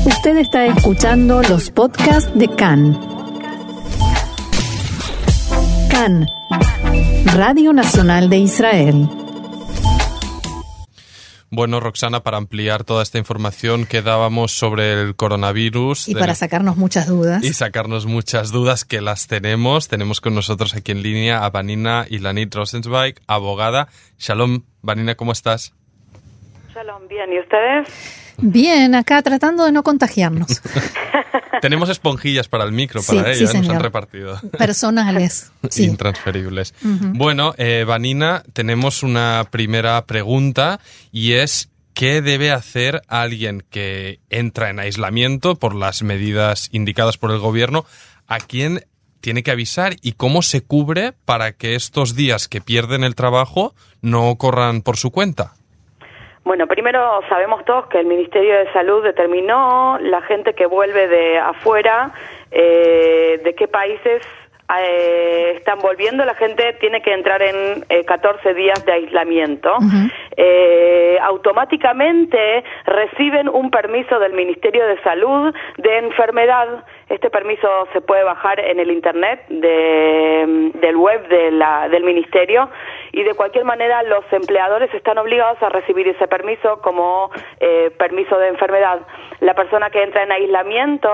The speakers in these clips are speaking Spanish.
Usted está escuchando los podcasts de CAN. CAN, Radio Nacional de Israel. Bueno, Roxana, para ampliar toda esta información que dábamos sobre el coronavirus... Y para sacarnos muchas dudas. Y sacarnos muchas dudas, que las tenemos. Tenemos con nosotros aquí en línea a Vanina Ilanit Rosenzweig, abogada. Shalom, Vanina, ¿cómo estás? Shalom, bien. ¿Y ustedes? Bien, acá tratando de no contagiarnos. Tenemos esponjillas para el micro, sí, para ella, sí, nos han repartido. Personales. Sí. Intransferibles. Bueno, Vanina, tenemos una primera pregunta y es: ¿qué debe hacer alguien que entra en aislamiento por las medidas indicadas por el gobierno? ¿A quién tiene que avisar y cómo se cubre para que estos días que pierden el trabajo no corran por su cuenta? Bueno, primero sabemos todos que el Ministerio de Salud determinó la gente que vuelve de afuera, de qué países están volviendo. La gente tiene que entrar en 14 días de aislamiento. Automáticamente reciben un permiso del Ministerio de Salud de enfermedad. Este permiso se puede bajar en el internet del web del ministerio, y de cualquier manera los empleadores están obligados a recibir ese permiso como permiso de enfermedad. La persona que entra en aislamiento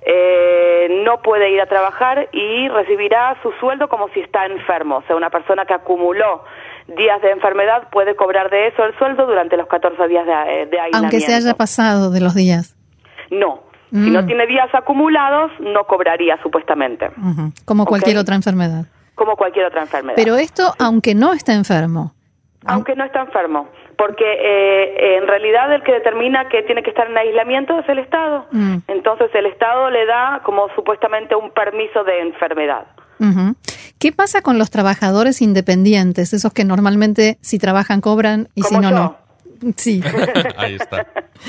no puede ir a trabajar y recibirá su sueldo como si está enfermo. O sea, una persona que acumuló días de enfermedad puede cobrar de eso el sueldo durante los 14 días de aislamiento. Aunque se haya pasado de los días. No. Si no tiene días acumulados, no cobraría supuestamente. Como cualquier otra enfermedad. Como cualquier otra enfermedad. Pero esto, aunque no está enfermo. Aunque no está enfermo. Porque en realidad el que determina que tiene que estar en aislamiento es el Estado. Entonces el Estado le da como supuestamente un permiso de enfermedad. ¿Qué pasa con los trabajadores independientes? Esos que normalmente si trabajan cobran y si no, no. Sí. Ahí está.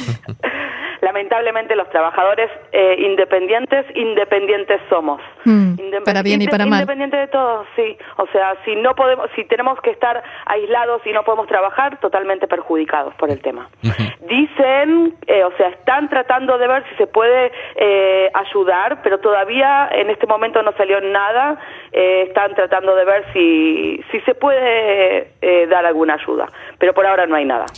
Lamentablemente los trabajadores independientes somos. Para bien y para mal. Independiente de todo, sí. O sea, si tenemos que estar aislados y no podemos trabajar, totalmente perjudicados por el tema. Dicen, están tratando de ver si se puede ayudar, pero todavía en este momento no salió nada. Están tratando de ver si se puede dar alguna ayuda, pero por ahora no hay nada.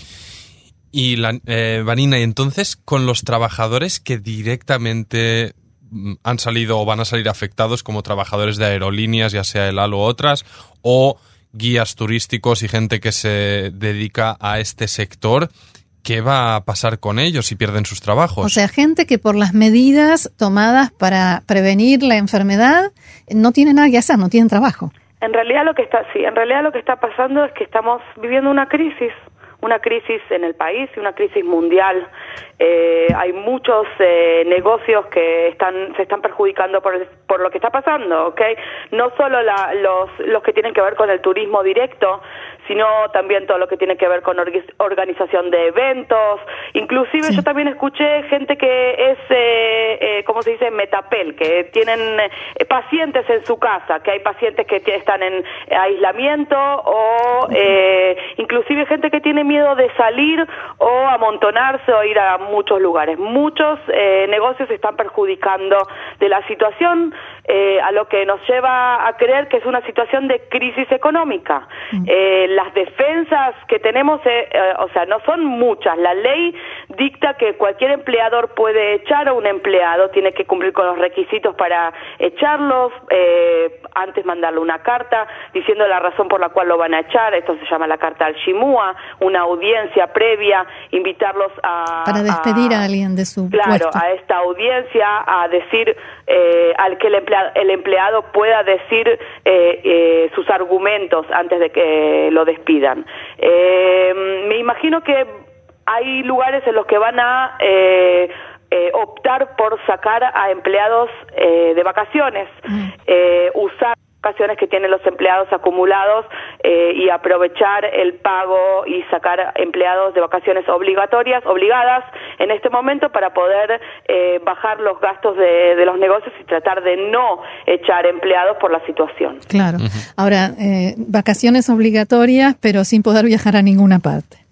Y Vanina, y entonces con los trabajadores que directamente han salido o van a salir afectados, como trabajadores de aerolíneas, ya sea El Al u otras, o guías turísticos y gente que se dedica a este sector, ¿qué va a pasar con ellos si pierden sus trabajos? O sea, gente que por las medidas tomadas para prevenir la enfermedad no tiene nada que hacer, no tienen trabajo. En realidad lo que está pasando es que estamos viviendo una crisis en el país y una crisis mundial. Hay muchos negocios que se están perjudicando por lo que está pasando, ¿ok? No solo los que tienen que ver con el turismo directo, sino también todo lo que tiene que ver con organización de eventos. Inclusive yo también escuché gente que es, ¿cómo se dice? Metapel, que tienen pacientes en su casa, que hay pacientes que están en aislamiento o inclusive gente que tiene miedo de salir o amontonarse o ir a muchos lugares. Muchos negocios se están perjudicando de la situación, a lo que nos lleva a creer que es una situación de crisis económica. Las defensas que tenemos, no son muchas. La ley dicta que cualquier empleador puede echar a un empleado, tiene que cumplir con los requisitos para echarlos, antes mandarle una carta diciendo la razón por la cual lo van a echar. Esto se llama la carta al Shimua, una audiencia previa, invitarlos para despedir a alguien de su puesto. A esta audiencia, a decir al que el empleado pueda decir sus argumentos antes de que lo despidan. Me imagino que hay lugares en los que van a optar por sacar a empleados de vacaciones, usar vacaciones que tienen los empleados acumulados y aprovechar el pago y sacar empleados de vacaciones obligadas en este momento para poder bajar los gastos de los negocios y tratar de no echar empleados por la situación. Claro. Ahora, vacaciones obligatorias, pero sin poder viajar a ninguna parte.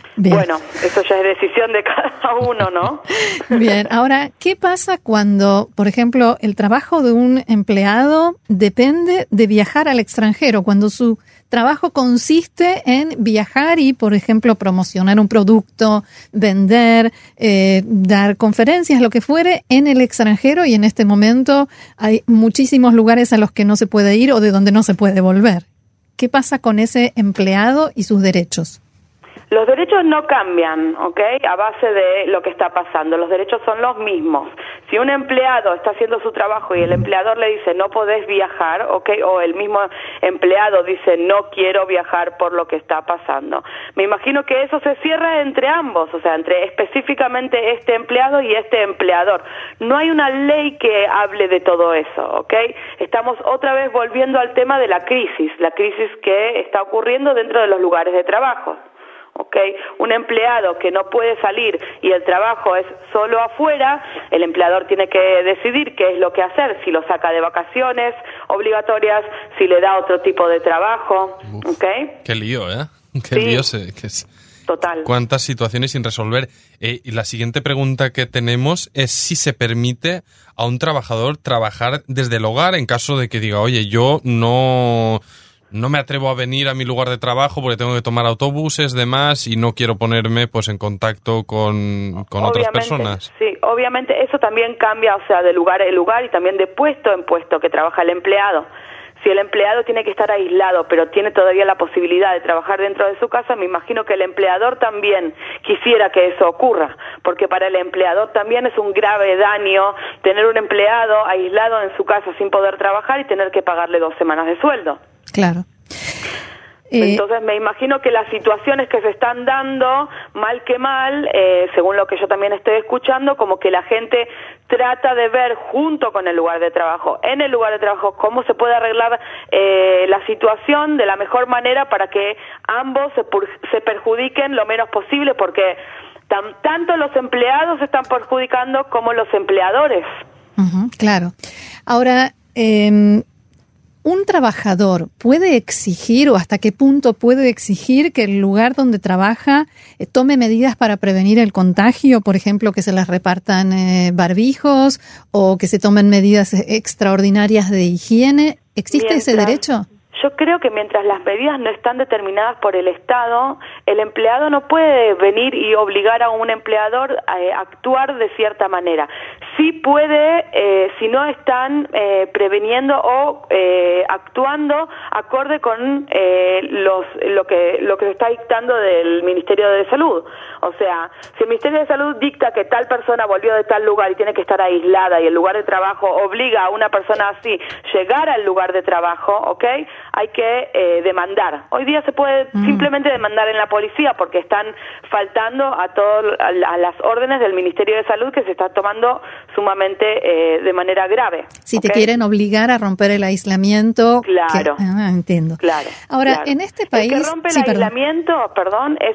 Bien. Bueno, eso ya es decisión de cada uno, ¿no? Bien, ahora, ¿qué pasa cuando, por ejemplo, el trabajo de un empleado depende de viajar al extranjero? Cuando su trabajo consiste en viajar y, por ejemplo, promocionar un producto, vender, dar conferencias, lo que fuere, en el extranjero, y en este momento hay muchísimos lugares a los que no se puede ir o de donde no se puede volver. ¿Qué pasa con ese empleado y sus derechos? Los derechos no cambian, ¿ok? A base de lo que está pasando. Los derechos son los mismos. Si un empleado está haciendo su trabajo y el empleador le dice no podés viajar, ¿ok? O el mismo empleado dice no quiero viajar por lo que está pasando. Me imagino que eso se cierra entre ambos, o sea, entre específicamente este empleado y este empleador. No hay una ley que hable de todo eso, ¿ok? Estamos otra vez volviendo al tema de la crisis que está ocurriendo dentro de los lugares de trabajo. Okay. Un empleado que no puede salir y el trabajo es solo afuera, el empleador tiene que decidir qué es lo que hacer, si lo saca de vacaciones obligatorias, si le da otro tipo de trabajo. Okay. Qué lío, ¿eh? Qué sí. lío. Total. Cuántas situaciones sin resolver. Y la siguiente pregunta que tenemos es si se permite a un trabajador trabajar desde el hogar en caso de que diga, oye, yo no me atrevo a venir a mi lugar de trabajo porque tengo que tomar autobuses, demás, y no quiero ponerme pues en contacto con otras personas. Sí, obviamente eso también cambia, o sea, de lugar en lugar y también de puesto en puesto que trabaja el empleado. Si el empleado tiene que estar aislado, pero tiene todavía la posibilidad de trabajar dentro de su casa, me imagino que el empleador también quisiera que eso ocurra, porque para el empleador también es un grave daño tener un empleado aislado en su casa sin poder trabajar y tener que pagarle 2 semanas de sueldo. Claro. Entonces me imagino que las situaciones que se están dando, mal que mal, según lo que yo también estoy escuchando, como que la gente trata de ver junto con el lugar de trabajo, en el lugar de trabajo, cómo se puede arreglar la situación de la mejor manera para que ambos se perjudiquen lo menos posible, porque tanto los empleados se están perjudicando como los empleadores. Claro. Ahora, ¿un trabajador puede exigir o hasta qué punto puede exigir que el lugar donde trabaja tome medidas para prevenir el contagio? Por ejemplo, que se les repartan barbijos o que se tomen medidas extraordinarias de higiene. ¿Existe ese derecho? Yo creo que mientras las medidas no están determinadas por el Estado, el empleado no puede venir y obligar a un empleador a actuar de cierta manera. Sí puede, si no están preveniendo o actuando acorde con lo que se está dictando del Ministerio de Salud. O sea, si el Ministerio de Salud dicta que tal persona volvió de tal lugar y tiene que estar aislada y el lugar de trabajo obliga a una persona así llegar al lugar de trabajo, ¿ok?, hay que demandar. Hoy día se puede simplemente demandar en la policía porque están faltando a las órdenes del Ministerio de Salud que se está tomando sumamente de manera grave. Si te quieren obligar a romper el aislamiento. Claro. Entiendo. Claro. Ahora, claro. En este país. El que rompe el aislamiento, es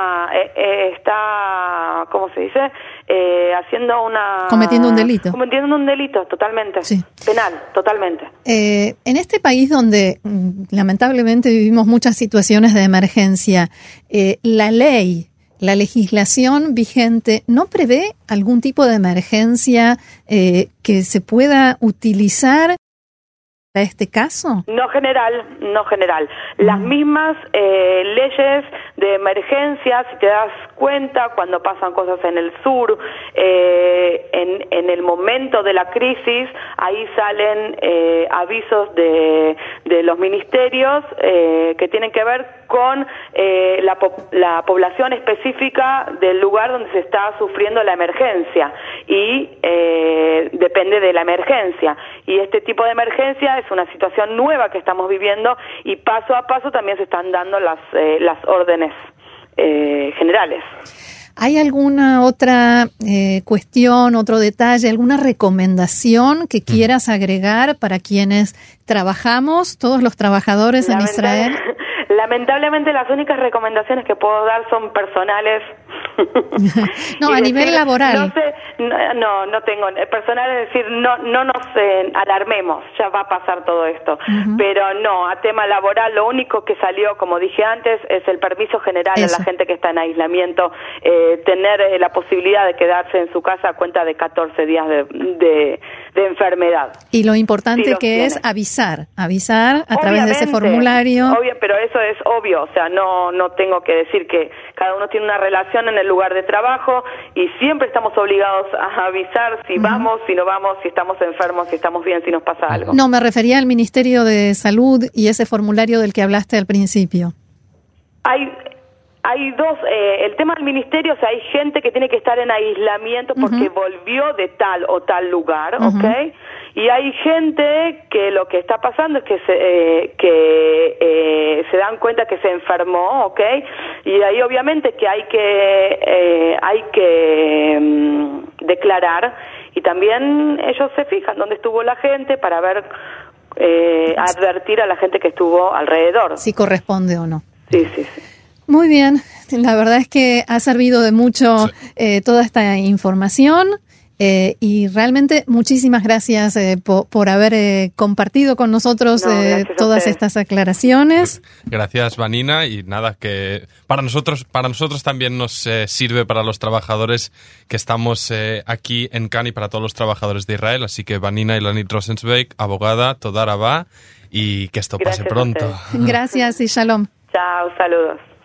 está, ¿cómo se dice? Haciendo una... Cometiendo un delito. Cometiendo un delito, totalmente. Sí. Penal, totalmente. En este país donde lamentablemente vivimos muchas situaciones de emergencia, la legislación vigente no prevé algún tipo de emergencia que se pueda utilizar para este caso. No general. Las mismas leyes de emergencia, si te das cuenta, cuando pasan cosas en el sur, en el momento de la crisis, ahí salen avisos de los ministerios que tienen que ver con la población específica del lugar donde se está sufriendo la emergencia y depende de la emergencia. Y este tipo de emergencia es una situación nueva que estamos viviendo y paso a paso también se están dando las órdenes generales. ¿Hay alguna otra cuestión, otro detalle, alguna recomendación que quieras agregar para quienes trabajamos, todos los trabajadores en Israel? Lamentablemente las únicas recomendaciones que puedo dar son personales. No, a nivel laboral. No tengo. Personal es decir, no nos alarmemos, ya va a pasar todo esto. Pero no, a tema laboral, lo único que salió, como dije antes, es el permiso general a la gente que está en aislamiento, tener la posibilidad de quedarse en su casa a cuenta de 14 días de enfermedad. Y lo importante que es avisar a través de ese formulario. Pero eso es obvio, o sea, no tengo que decir que cada uno tiene una relación en el lugar de trabajo y siempre estamos obligados a avisar si vamos, si no vamos, si estamos enfermos, si estamos bien, si nos pasa algo. No, me refería al Ministerio de Salud y ese formulario del que hablaste al principio. Hay dos, el tema del ministerio, o sea, hay gente que tiene que estar en aislamiento porque volvió de tal o tal lugar, ¿ok? Y hay gente que lo que está pasando es que se dan cuenta que se enfermó, ¿ok? Y ahí obviamente que hay que declarar, y también ellos se fijan dónde estuvo la gente para ver, advertir a la gente que estuvo alrededor. Si corresponde o no. Sí. Muy bien, la verdad es que ha servido de mucho toda esta información y realmente muchísimas gracias por haber compartido con nosotros todas estas aclaraciones. Gracias, Vanina, y nada, que para nosotros también nos sirve para los trabajadores que estamos aquí en Cannes y para todos los trabajadores de Israel, así que Vanina Ilanit Rosenzweig, abogada, Toda Rabá, y que esto pase pronto. Gracias y shalom. Chao, saludos.